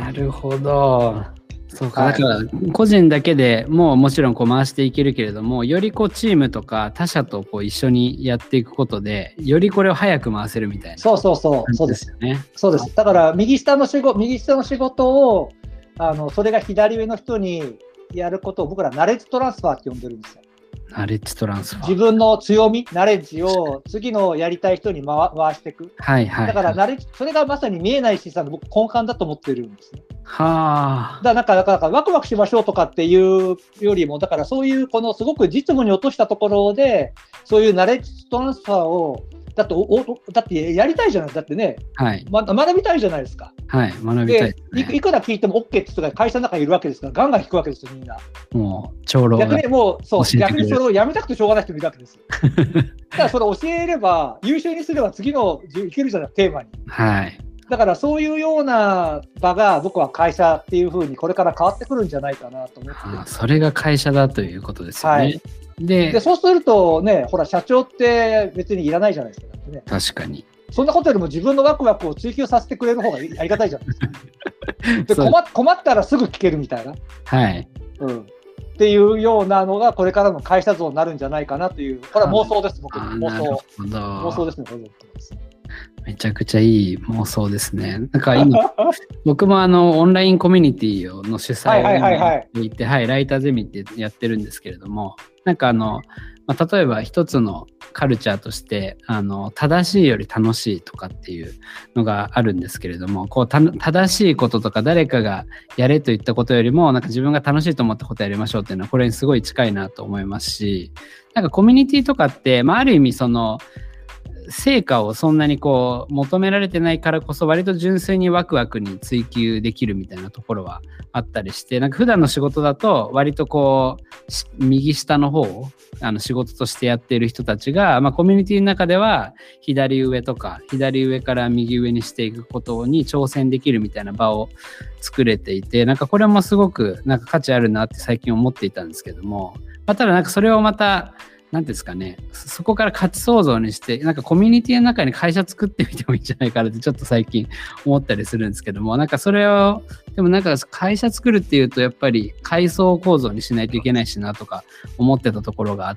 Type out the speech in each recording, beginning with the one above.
なるほど。そうか、だから個人だけでももちろんこう回していけるけれども、よりこうチームとか他社とこう一緒にやっていくことで、よりこれを早く回せるみたいな。 そうですよね。そうです。だから右下の仕事をそれが左上の人にやることを僕らナレッジトランスファーって呼んでるんですよ。 ナレッジトランスファー。 自分の強み、ナレッジを次のやりたい人に回していく。 はいはい。 だからそれがまさに見えない資産の僕根幹だと思ってるんですね。 はあ。 だからワクワクしましょうとかっていうよりも、だからそういうこのすごく実務に落としたところで、そういうナレッジトランスファーをだってやりたいじゃないですか。だってね、 はい、 学びたいじゃないですか。 はい、学びたいですね。 いくら聞いても OK って人が会社の中にいるわけですから、ガンガン聞くわけですよ、みんな。 もう長老が逆にそれをやめたくてしょうがない人もいるわけですよ。だからそれを教えれば、優秀にすれば次のいけるじゃない、テーマに。 はい。だからそういうような場が僕は会社っていう風にこれから変わってくるんじゃないかなと思って。 それが会社だということですよね。はい、 でそうするとね、ほら社長って別にいらないじゃないですか。だってね、 確かに。 そんなことよりも自分のワクワクを追求させてくれる方がありがたいじゃないですか。で困ったらすぐ聞けるみたいな。 はい。 っていうようなのがこれからの会社像になるんじゃないかなという、これは妄想です、僕の妄想ですね。 めちゃくちゃいい妄想ですね。なんか今僕もオンラインコミュニティの主催をいて、ライターゼミってやってるんですけれども、なんか例えば一つのカルチャーとして正しいより楽しいとかっていうのがあるんですけれども、こう正しいこととか誰かがやれと言ったことよりもなんか自分が楽しいと思ったことをやりましょうっていうのはこれにすごい近いなと思いますし、なんかコミュニティとかって、ある意味その成果をそんなにこう求められてないからこそ割と純粋にワクワクに追求できるみたいなところはあったりして、なんか普段の仕事だと割とこう右下の方を仕事としてやっている人たちが、コミュニティの中では左上とか左上から右上にしていくことに挑戦できるみたいな場を作れていて、なんかこれもすごくなんか価値あるなって最近思っていたんですけども、ただなんかそれをまたなんですかね、そこから価値創造にして、なんかコミュニティの中に会社作ってみてもいいんじゃないかなってちょっと最近思ったりするんですけども、なんかそれを、でもなんか会社作るっていうとやっぱり階層構造にしないといけないしなとか思ってたところがあって、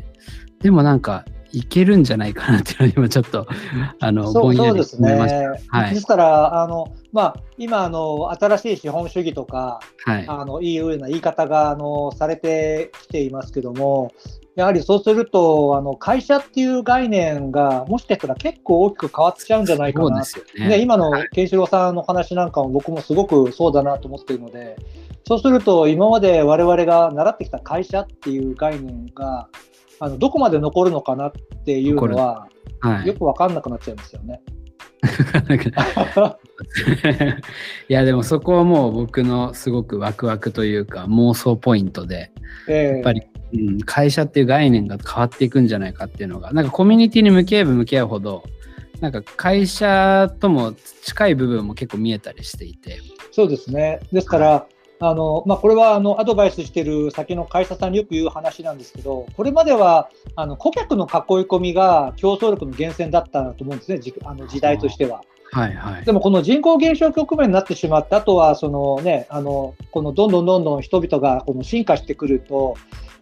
でもなんかいけるんじゃないかなっていうのを今ちょっとぼんやり思いました。はい、 ですから今新しい資本主義とか、いうような言い方がされてきていますけども、やはりそうすると会社っていう概念がもしかしたら結構大きく変わっちゃうんじゃないかな。今のケンシロウさんの話なんかも僕もすごくそうだなと思っているので、そうすると今まで我々が習ってきた会社っていう概念がどこまで残るのかなっていうのは、よく分かんなくなっちゃいますよね。 いやでもそこはもう僕のすごくワクワクというか妄想ポイントで、やっぱり、会社っていう概念が変わっていくんじゃないかっていうのが、なんかコミュニティに向き合えば向き合うほどなんか会社とも近い部分も結構見えたりしていて。 そうですね。ですから、これはアドバイスしている先の会社さんによく言う話なんですけど、これまでは顧客の囲い込みが競争力の源泉だったと思うんですね、時代としては。でもこの人口減少局面になってしまった後はこのどんどん人々がこの進化してくると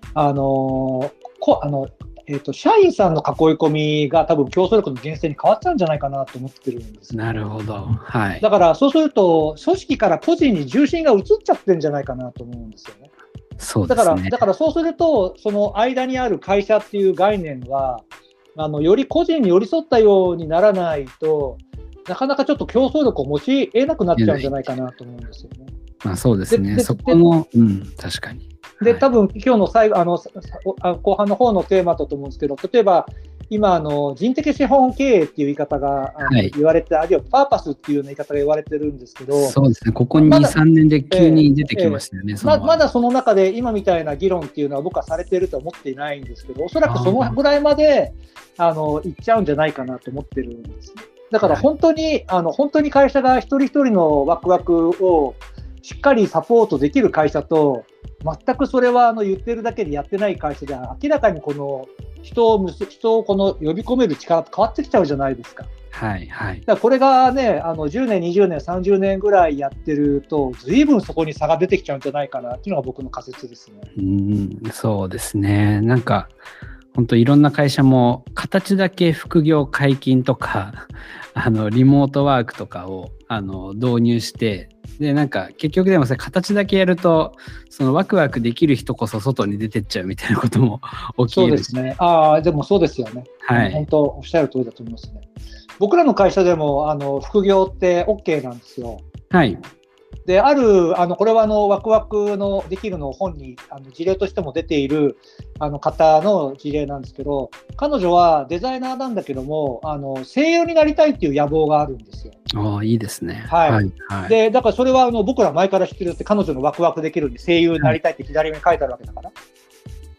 社員さんの囲い込みが多分競争力の源泉に変わっちゃうんじゃないかなと思ってるんです。 なるほど。 だからそうすると組織から個人に重心が移っちゃってるんじゃないかなと思うんですよね。 そうですね。 だからそうするとその間にある会社っていう概念はより個人に寄り添ったようにならないとなかなかちょっと競争力を持ち得なくなっちゃうんじゃないかなと思うんですよね。 そうですね。そこも、確かに。 で、多分今日の最後後半の方のテーマだと思うんですけど、例えば今人的資本経営っていう言い方が言われて、あるいはパーパスっていうような言い方が言われてるんですけど、 そうですね。ここ2、3年で急に出てきましたよね。 まだその中で今みたいな議論っていうのは僕はされているとは思っていないんですけど、おそらくそのぐらいまでいっちゃうんじゃないかなと思ってるんですね。だから本当に会社が一人一人のワクワクをしっかりサポートできる会社と、全くそれは言ってるだけでやってない会社では明らかにこの人をこの呼び込める力と変わってきちゃうじゃないですか。 はいはい。 だからこれがね、10年、20年、30年ぐらいやってると、ずいぶんそこに差が出てきちゃうんじゃないかなっていうのが僕の仮説ですね。 そうですね。なんか、本当いろんな会社も形だけ副業解禁とかリモートワークとかを導入して、でなんか結局でも形だけやるとそのワクワクできる人こそ外に出てっちゃうみたいなことも起きる。 そうですね。でもそうですよね。 はい。 本当おっしゃる通りだと思いますね。僕らの会社でも副業って OK なんですよ。 はい。 でこれはワクワクのできるの本に事例としても出ている方の事例なんですけど、彼女はデザイナーなんだけども声優になりたいっていう野望があるんですよ。 いいですね。 はいはいはい、でだからそれは僕ら前から知ってるって、彼女のワクワクできるんで声優になりたいって左上に書いてあるわけだから、はい、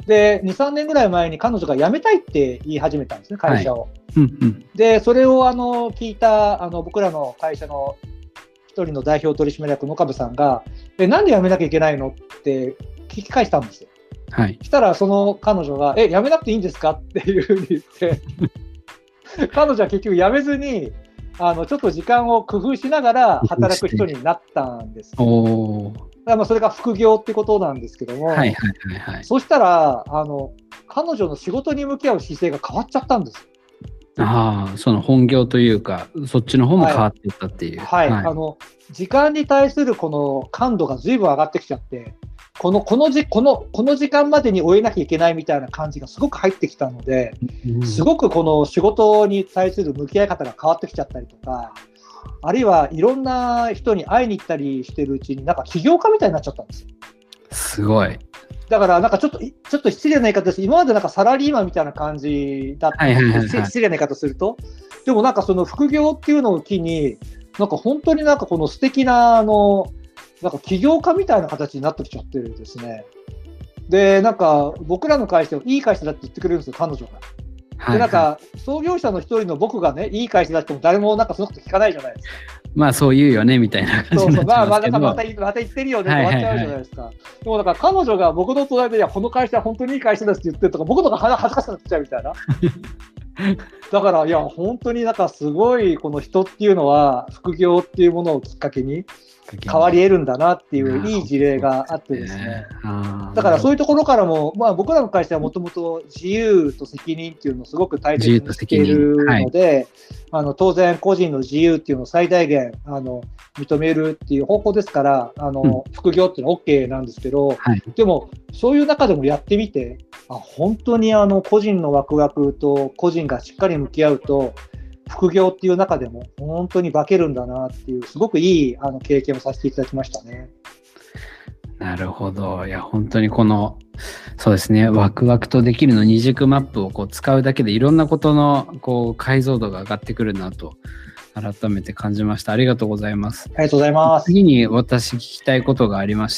で 2,3 年ぐらい前に彼女が辞めたいって言い始めたんですね、会社を。でそれを聞いた僕らの会社の一人の代表取締役の岡部さんがなんで辞めなきゃいけないのって聞き返したんですよ。 はい、 したらその彼女が辞めなくていいんですかっていうふうに言って彼女は結局辞めずにちょっと時間を工夫しながら働く人になったんです。だからそれが副業ってことなんですけども、そしたら彼女の仕事に向き合う姿勢が変わっちゃったんです。 その本業というかそっちの方も変わっていったっていう。 はいはいはい、時間に対するこの感度が随分上がってきちゃって、この時間までに終えなきゃいけないみたいな感じがすごく入ってきたので、すごくこの仕事に対する向き合い方が変わってきちゃったりとか、あるいはいろんな人に会いに行ったりしてるうちになんか起業家みたいになっちゃったんですよ。 すごい。 だからなんかちょっと失礼な言い方です。今までなんかサラリーマンみたいな感じだったんです、失礼な言い方すると。でもなんかその副業っていうのを機に、なんか本当になんかこの素敵ななんか起業家みたいな形になってきちゃってるんですね。でなんか僕らの会社をいい会社だって言ってくれるんですよ、彼女が。でなんか創業者の一人の僕がね、いい会社だっても誰もなんかそのこと聞かないじゃないですか。 まあそう言うよねみたいな感じになっちゃいますけど、 また言ってるよねって終わっちゃうじゃないですか。でもだから彼女が僕の隣で、いやこの会社は本当にいい会社ですって言ってるとか、僕とか恥ずかしくなっちゃうみたいな。だからいや本当になんかすごいこの人っていうのは副業っていうものをきっかけに変わり得るんだなっていういい事例があってですね。だからそういうところからも、僕らの会社はもともと自由と責任っていうのをすごく大切にしているので、当然個人の自由っていうのを最大限認めるっていう方向ですから、副業っていうのは OK なんですけど、でもそういう中でもやってみて、本当に個人のワクワクと個人がしっかり向き合うと副業っていう中でも本当に化けるんだなっていう、すごくいい経験をさせていただきましたね。 なるほど。いや本当にそうですね、ワクワクとできるの二軸マップを使うだけでいろんなことの解像度が上がってくるなと改めて感じました。ありがとうございます。 ありがとうございます。 次に私聞きたいことがありまして、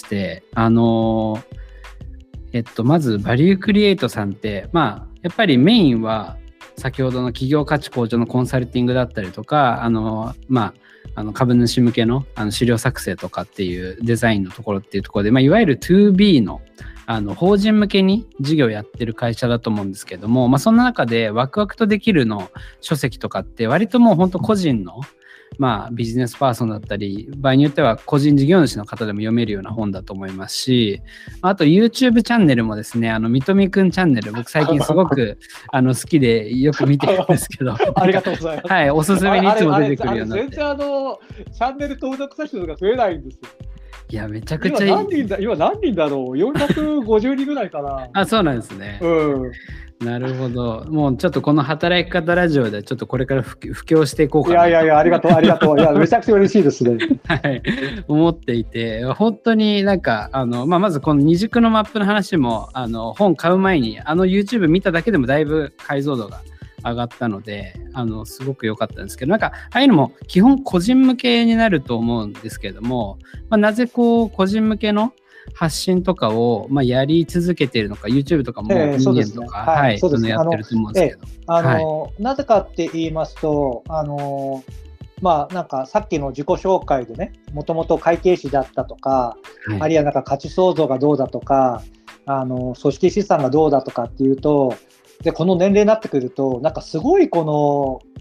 まずバリュークリエイトさんって、やっぱりメインは先ほどの企業価値向上のコンサルティングだったりとか、株主向けの資料作成とかっていうデザインのところっていうところで、いわゆる 2B の法人向けに事業やってる会社だと思うんですけども、そんな中でワクワクとできるの書籍とかって割ともう本当個人のビジネスパーソンだったり、場合によっては個人事業主の方でも読めるような本だと思いますし、あと YouTube チャンネルもですね、みとみくんチャンネル、僕最近すごく好きでよく見てるんですけどありがとうございます。 はい、おすすめにいつも出てくるようになって。 全然チャンネル登録者数が増えないんですよ。 いやめちゃくちゃいい。 今何人だろう、450人ぐらいかな。 そうなんですね。なるほど。もうちょっとこの働き方ラジオでちょっとこれから布教していこうかな。 いやありがとう。いやめちゃくちゃ嬉しいですね。 はい、思っていて、本当になんかまずこの二軸のマップの話も本買う前にYouTube 見ただけでもだいぶ解像度が上がったのですごく良かったんですけど、なんかああいうのも基本個人向けになると思うんですけれども、なぜ個人向けの発信とかをやり続けているのか、 YouTube とかも2年とかやってると思うんですけど、 なぜかって言いますとなんかさっきの自己紹介でね、もともと会計士だったとか、あるいはなんか価値創造がどうだとか組織資産がどうだとかっていうと、でこの年齢になってくるとなんかすごいこの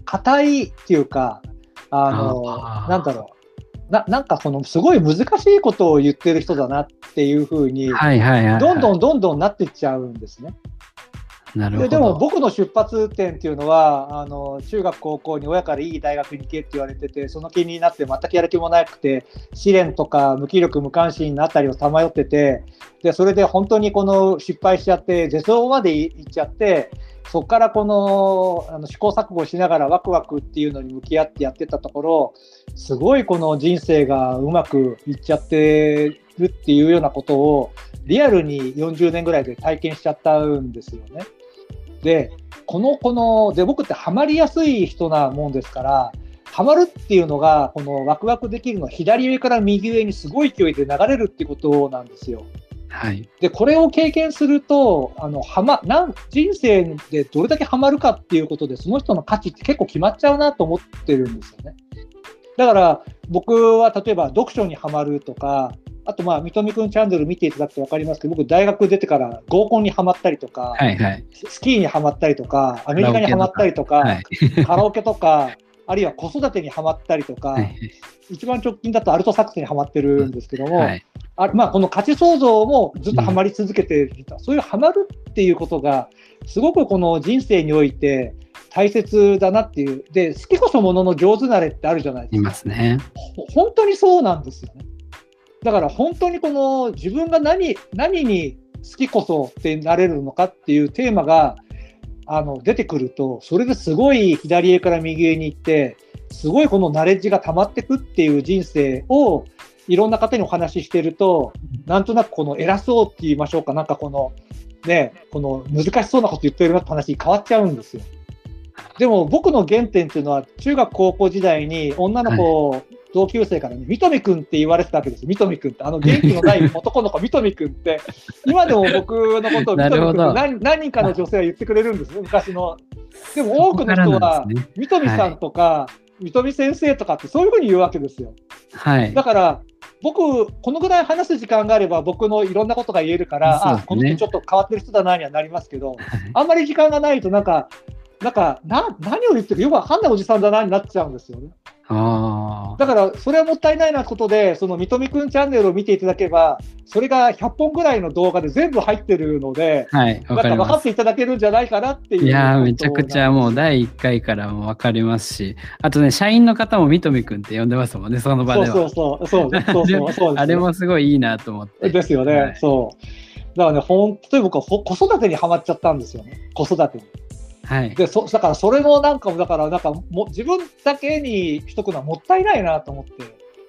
硬いっていうか、なんだろう。なんかすごい難しいことを言ってる人だなっていうふうに、どんどんなっていっちゃうんですね。 なるほど。 でも僕の出発点っていうのは中学高校に親からいい大学に行けって言われてて、その気になって全くやる気もなくて、試練とか無気力無関心なあたりをさまよってて、でそれで本当に失敗しちゃって絶望までいっちゃって、そこから試行錯誤しながらワクワクっていうのに向き合ってやってたところ、すごい人生がうまくいっちゃってるっていうようなことをリアルに40年ぐらいで体験しちゃったんですよね。で僕ってハマりやすい人なもんですから、ハマるっていうのがワクワクできるのは左上から右上にすごい勢いで流れるっていうことなんですよ。 はい、 でこれを経験すると人生でどれだけハマるかっていうことで、その人の価値って結構決まっちゃうなと思ってるんですよね。だから僕は例えば読書にハマるとか、あと三富くんチャンネル見ていただくと分かりますけど、僕大学出てから合コンにハマったりとか、スキーにハマったりとか、アメリカにハマったりとか、カラオケとか、あるいは子育てにハマったりとか、一番直近だとアルトサックスにハマってるんですけども、この価値創造もずっとハマり続けていた、そういうハマるっていうことがすごくこの人生において大切だなっていう。で好きこそものの上手なれってあるじゃないですか。 いますね。 本当にそうなんですよね。だから本当に自分が何に好きこそってなれるのかっていうテーマが出てくると、それですごい左上から右上に行って、すごいナレッジが溜まってくっていう人生をいろんな方にお話ししてると、なんとなく偉そうって言いましょうか、なんか難しそうなこと言ってるなって話に変わっちゃうんですよ。でも僕の原点っていうのは、中学高校時代に女の子、同級生からね、三富くんって言われてたわけですよ。三富くんって元気のない男の子三富くんって今でも僕のことを三富くんって何人かの女性は言ってくれるんですね、昔の。でも多くの人は三富さんとか、三富先生とかってそういうふうに言うわけですよ。だから僕このぐらい話す時間があれば僕のいろんなことが言えるから、この人ちょっと変わってる人だなにはなりますけど、あんまり時間がないと何を言ってるかよくわかんないおじさんだなになっちゃうんですよね。だからそれはもったいないなことで、その三富くんチャンネルを見ていただけば、それが100本ぐらいの動画で全部入ってるので、分かっていただけるんじゃないかなっていう。 いやめちゃくちゃもう第1回からも分かりますし、あとね、社員の方も三富くんって呼んでますもんね、その場では。そうあれもすごいいいなと思って。 ですよね、そうだからね、本当に僕は子育てにはまっちゃったんですよね、子育てに。でだからそれも自分だけにしとくのはもったいないなと思って、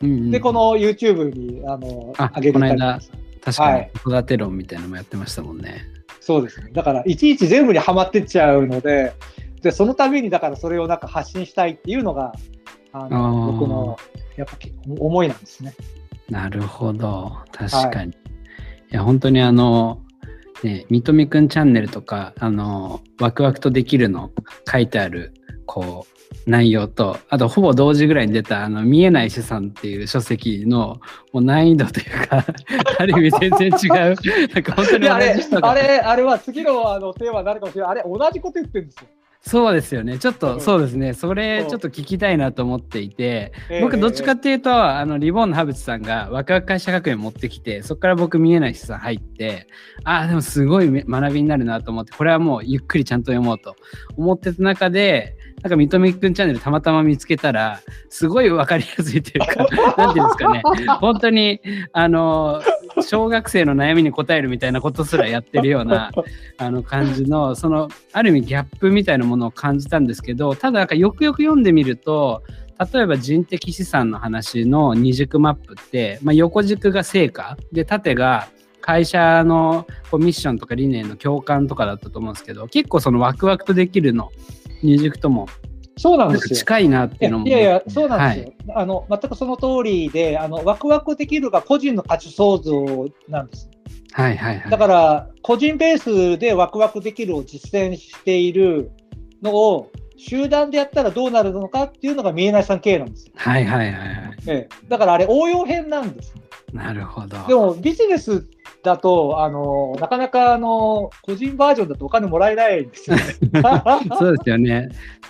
でこの YouTube に上げてたりとか、 確かに子育て論みたいなのもやってましたもんね。 そうですね。だからいちいち全部にはまってっちゃうので、その度にだからそれを発信したいっていうのが僕のやっぱ思いなんですね。 なるほど、確かに。いや本当に三富くんチャンネルとかワクワクとできるの書いてある内容と、あとほぼ同時ぐらいに出た見えない資産っていう書籍のもう難易度というかある意味全然違うなんか本当に同じ人があれは次のテーマになるかもしれない。あれ同じこと言ってるんですよ。 そうですよね。ちょっとそうですね。それちょっと聞きたいなと思っていて、僕どっちかっていうとリボンの羽渕さんがワクワク会社学園持ってきて、そこから僕見えない資産入って、でもすごい学びになるなと思って、これはもうゆっくりちゃんと読もうと思ってた中で、なんか三富くんチャンネルたまたま見つけたら、すごい分かりやすいというかなんていうんですかね、本当に小学生の悩みに答えるみたいなことすらやってるような感じの、ある意味ギャップみたいなものを感じたんですけど、ただなんかよくよく読んでみると、例えば人的資産の話の二軸マップって、横軸が成果で縦が会社のミッションとか理念の共感とかだったと思うんですけど、結構ワクワクとできるの二軸ともそうなんですよ。 近いなっていうのも。 そうなんですよ。全くその通りで、ワクワクできるが個人の価値創造なんです。だから個人ベースでワクワクできるを実践しているのを集団でやったらどうなるのかっていうのが見えないさん系なんですよ。だからあれ応用編なんです。 なるほど。 でもビジネスだとなかなか個人バージョンだとお金もらえないんですよね。 そうですよね。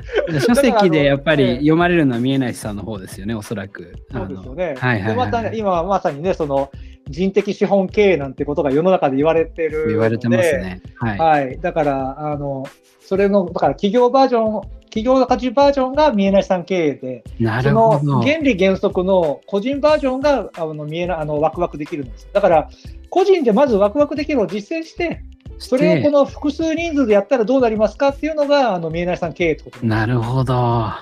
書籍でやっぱり読まれるのは見えないさんの方ですよね、おそらく。 そうですよね。でまたね、今まさにね、その人的資本経営なんてことが世の中で言われてるので、 言われてますね。はい。 はい、だからそれのだから企業価値バージョンが見えない資産経営で、その原理原則の個人バージョンがワクワクできるんです。だから個人でまずワクワクできるのを実践して、それをこの複数人数でやったらどうなりますかっていうのが見えない資産経営ってことです。 なるほど。 はい。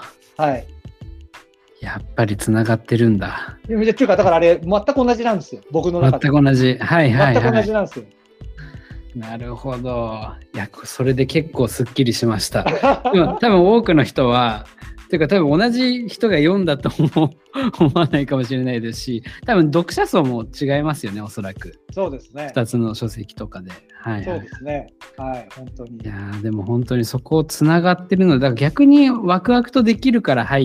やっぱりつながってるんだ。 っていうか、だからあれ全く同じなんですよ、僕の中で。 全く同じ。はいはいはい。 全く同じなんですよ。 なるほど。いや、それで結構すっきりしました。でも多分多くの人は、というか多分同じ人が読んだと思わないかもしれないですし、多分読者層も違いますよね、おそらく。 そうですね。 2つの書籍とかで。はい、はい。 そうですね。はい、本当に。 いやでも本当にそこをつながってるので、だから逆にワクワクとできるから入って、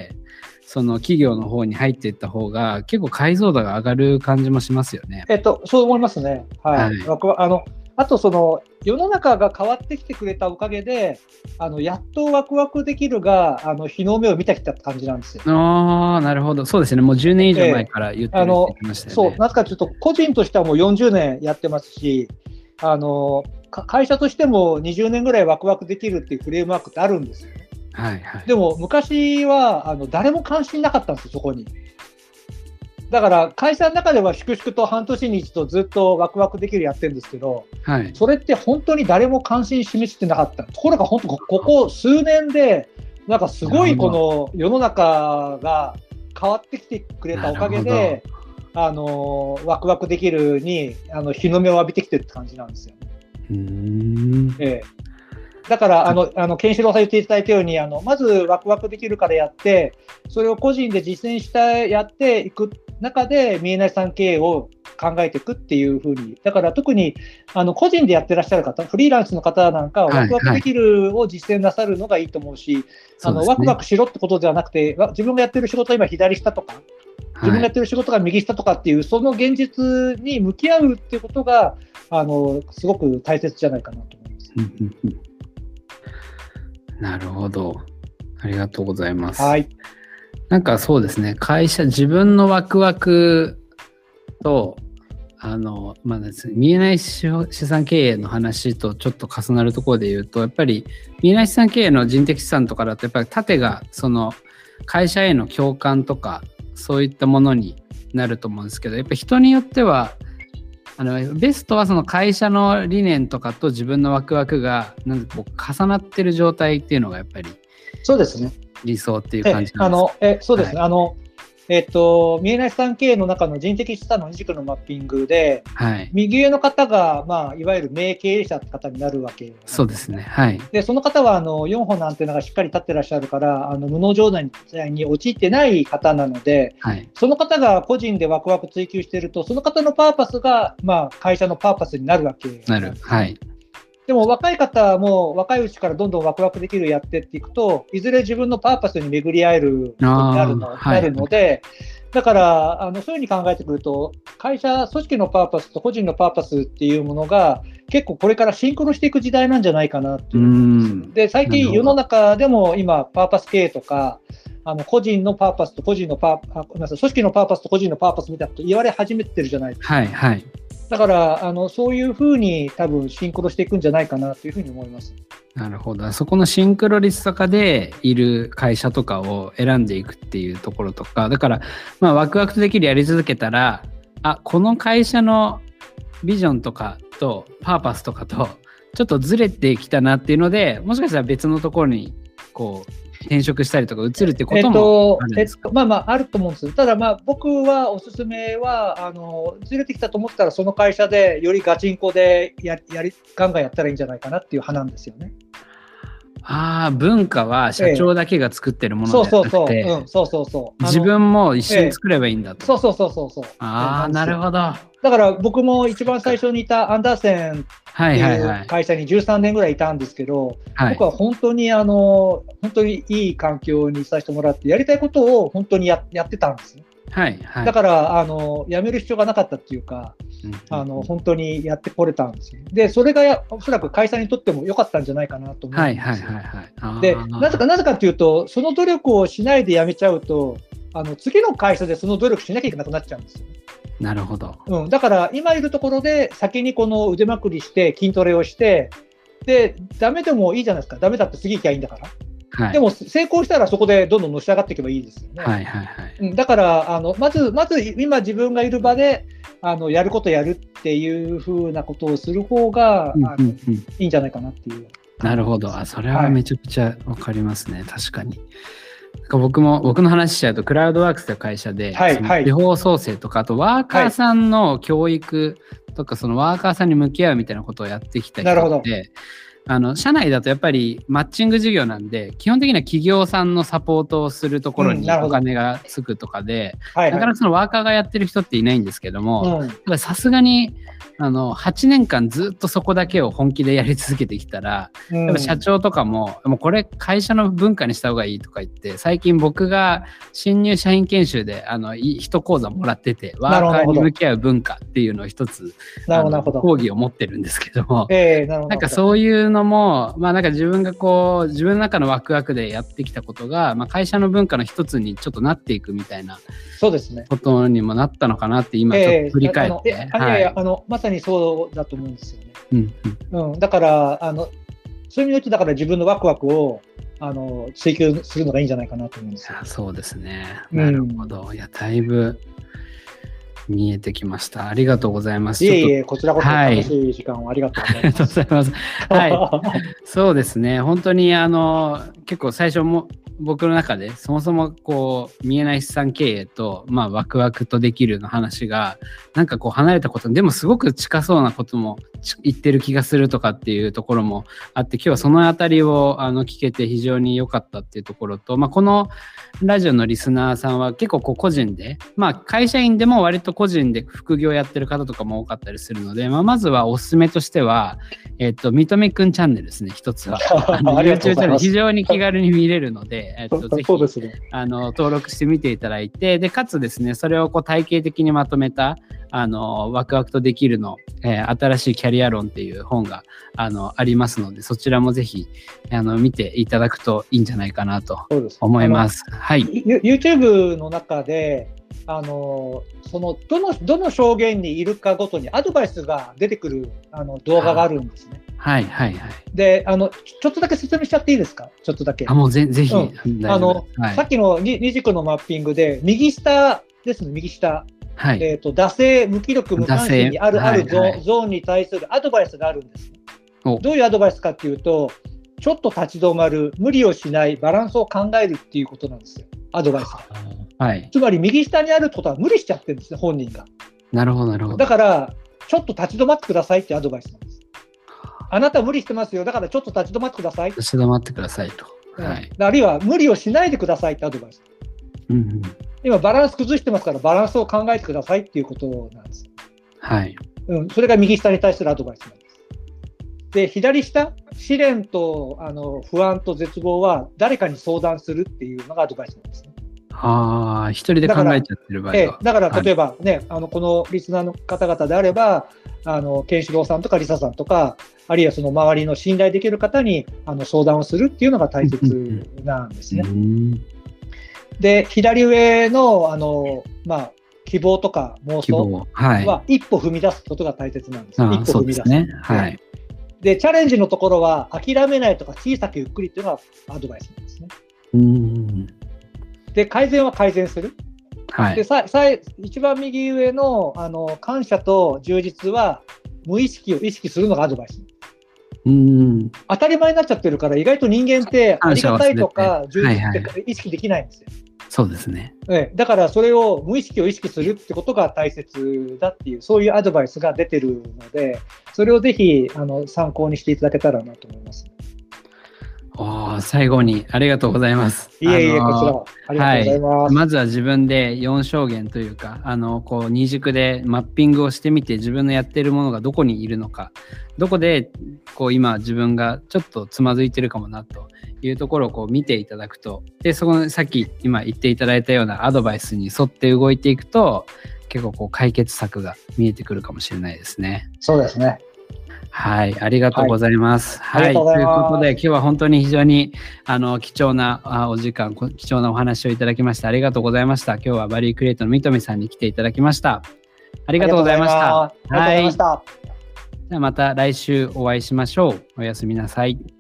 その企業の方に入っていった方が結構解像度が上がる感じもしますよね。 そう思いますね。はい。あとその世の中が変わってきてくれたおかげで、やっとワクワクできるが日の目を見てきた感じなんですよ。 ああ、なるほど。そうですね。もう10年以上前から言ってるって言ってましたよね。 そう、なぜかちょっと個人としてはもう40年やってますし、会社としても20年ぐらいワクワクできるっていうフレームワークってあるんですよね。 はいはい、 でも昔は誰も関心なかったんですよ、そこに。だから会社の中では粛々と半年に一度ずっとワクワクできるやってるんですけど、 はい、 それって本当に誰も関心示してなかった。ところが本当ここ数年でなんかすごいこの世の中が変わってきてくれたおかげでワクワクできるに日の目を浴びてきてるって感じなんですよね。だからケンシロウさん言っていただいたようにまずワクワクできるからやって、それを個人で実践してやっていく中で見えない資産経営を考えていくっていう風に、だから特に個人でやってらっしゃる方、フリーランスの方なんかはワクワクできるを実践なさるのがいいと思うし、ワクワクしろってことではなくて、自分がやってる仕事は今左下とか、自分がやってる仕事が右下とかっていう、その現実に向き合うっていうことがすごく大切じゃないかなと思います。 なるほど。ありがとうございます。 はい。 なんかそうですね、自分のワクワクと、見えない資産経営の話とちょっと重なるところで言うと、やっぱり見えない資産経営の人的資産とかだと、やっぱり縦がその会社への共感とか、そういったものになると思うんですけど、やっぱり人によっては、ベストはその会社の理念とかと自分のワクワクがなんかこう重なってる状態っていうのがやっぱりそうですね、 理想っていう感じなんですか？ そうですね、はい、見えない資産経営の中の人的資産の二軸のマッピングで、はい、右上の方が、いわゆる名経営者って方になるわけです。 そうですね、はい、 でその方は4本のアンテナがしっかり立ってらっしゃるから無能状態に陥ってない方なので、はい、その方が個人でワクワク追求していると、その方のパーパスが、会社のパーパスになるわけです。 なる、はい。 でも若い方も若いうちからどんどんワクワクできるやってっていくと、いずれ自分のパーパスに巡り合えることになるので、だからそういうふうに考えてくると、会社組織のパーパスと個人のパーパスっていうものが結構これからシンクロしていく時代なんじゃないかなという。で最近世の中でも今パーパス経営とか個人のパーパスと組織のパーパスと個人のパーパスみたいなこと言われ始めてるじゃないですか。 はいはい。 だからそういうふうに多分シンクロしていくんじゃないかなというふうに思います。 なるほど。そこのシンクロ率とかでいる会社とかを選んでいくっていうところとか、だからワクワクできるやり続けたら、この会社のビジョンとかとパーパスとかとちょっとずれてきたなっていうので、もしかしたら別のところにこう転職したりとか移るってこともあるんですか？ あると思うんです。ただ僕はおすすめはずれてきたと思ったらその会社でよりガチンコでガンガンやったらいいんじゃないかなっていう派なんですよね。 文化は社長だけが作ってるものではなくて、自分も一緒に作ればいいんだと。なるほど。だから僕も一番最初にいたアンダーセンっていう会社に13年ぐらいいたんですけど、僕は本当にいい環境にさせてもらって、やりたいことを本当にやってたんですね。 はいはい、 だから辞める必要がなかったっていうか、本当にやってこれたんですよ。で、それがおそらく会社にとっても良かったんじゃないかなと思うんですよ。で、なぜかっていうと、その努力をしないで辞めちゃうと、次の会社でその努力しなきゃいけなくなっちゃうんですよ。 なるほど。 だから今いるところで先にこの腕まくりして筋トレをして、で、ダメでもいいじゃないですか。ダメだって次行きゃいいんだから。はい、でも成功したらそこでどんどんのし上がっていけばいいですよね。 はいはいはい、 だからまず今自分がいる場でやることやるっていう風なことをする方が、いいんじゃないかなっていう。 なるほど。それはめちゃくちゃわかりますね。確かに。僕の話しちゃうと、クラウドワークスという会社で、地方創生とか、あとワーカーさんの教育とか、そのワーカーさんに向き合うみたいなことをやってきた人で、社内だとやっぱりマッチング事業なんで、基本的には企業さんのサポートをするところにお金がつくとかで、なかなかそのワーカーがやってる人っていないんですけども、さすがに8年間ずっとそこだけを本気でやり続けてきたら、やっぱ社長とかもこれ会社の文化にした方がいいとか言って、最近僕が新入社員研修で一講座もらってて、ワーカーに向き合う文化っていうのを一つ講義を持ってるんですけども、なんかそういうのも、なんか自分が自分の中のワクワクでやってきたことが、会社の文化の一つにちょっっとなっていくみたいなことにもなったのかなって今ちょっと振り返って。 まさにそうだと思うんですよね。だからそういう意味で言うと、だから自分のワクワクを追求するのがいいんじゃないかなと思うんですよ。 そうですね。なるほど。いや、だいぶ見えてきました。ありがとうございます。 いえいえ、こちらこそ楽しい時間をありがとうございます。 ありがとうございます。はい。そうですね。本当に結構最初も僕の中でそもそも見えない資産経営とワクワクとできるの話がなんか離れたことでもすごく近そうなことも言ってる気がするとかっていうところもあって、今日はそのあたりを聞けて非常に良かったっていうところと、このラジオのリスナーさんは結構個人で、会社員でも割と個人で副業やってる方とかも多かったりするので、まずはおすすめとしては、みとめくんチャンネルですね、一つは。YouTube チャンネル非常に気軽に見れるので、ぜひ、登録してみていただいて、でかつですね、それを体系的にまとめたワクワクとできるの、新しいキャリア論っていう本がありますので、そちらもぜひ見ていただくといいんじゃないかなと思います。はい、 YouTube の中でそのどの証言にいるかごとにアドバイスが出てくる動画があるんですね。 はいはいはい。 でちょっとだけ説明しちゃっていいですか？ちょっとだけ。 もうぜひ、 さっきの二軸のマッピングで右下ですね、右下。 はい、 惰性、無気力、無関心にあるゾーンに対するアドバイスがあるんですね。どういうアドバイスかっていうと、ちょっと立ち止まる、無理をしない、バランスを考えるっていうことなんですよ、アドバイスが。 はい、 つまり右下にあることは無理しちゃってるんですね、本人が。 なるほどなるほど。 だからちょっと立ち止まってくださいってアドバイスなんです。あなた無理してますよ、だからちょっと立ち止まってください。 立ち止まってくださいと。 はい、あるいは無理をしないでくださいってアドバイス。今バランス崩してますから、バランスを考えてくださいっていうことなんです。 はい。 それが右下に対するアドバイスなんです。で、左下、試練と不安と絶望は誰かに相談するっていうのがアドバイスなんですね。 一人で考えちゃってる場合は。 だから例えばね、このリスナーの方々であれば、ケンシロウさんとかリサさんとか、あるいはその周りの信頼できる方に相談をするっていうのが大切なんですね。で、左上の希望とか妄想は一歩踏み出すことが大切なんです。一歩踏み出す。 はい。 で、チャレンジのところは諦めないとか小さくゆっくりっていうのがアドバイスなんですね。で、改善は改善する。 はい。 で、一番右上の感謝と充実は無意識を意識するのがアドバイス。当たり前になっちゃってるから、意外と人間ってありがたいとか充実って意識できないんですよ。 そうですね。 だからそれを無意識を意識するってことが大切だっていう、そういうアドバイスが出てるので、それをぜひ参考にしていただけたらなと思います。 最後にありがとうございます。 いえいえ、こちらありがとうございます。 まずは自分で4証言というか、こう二軸でマッピングをしてみて、自分のやっているものがどこにいるのか、どこでこう今自分がちょっとつまずいてるかもなというところをこう見ていただくと、でそこのさっき今言っていただいたようなアドバイスに沿って動いていくと、結構こう解決策が見えてくるかもしれないですね。 そうですね。 はい、ありがとうございます。はい、ということで今日は本当に非常に貴重なお時間、貴重なお話をいただきましてありがとうございました。今日はバリュークリエイトの三富さんに来ていただきました。ありがとうございました。 ありがとうございました。 じゃあまた来週お会いしましょう。おやすみなさい。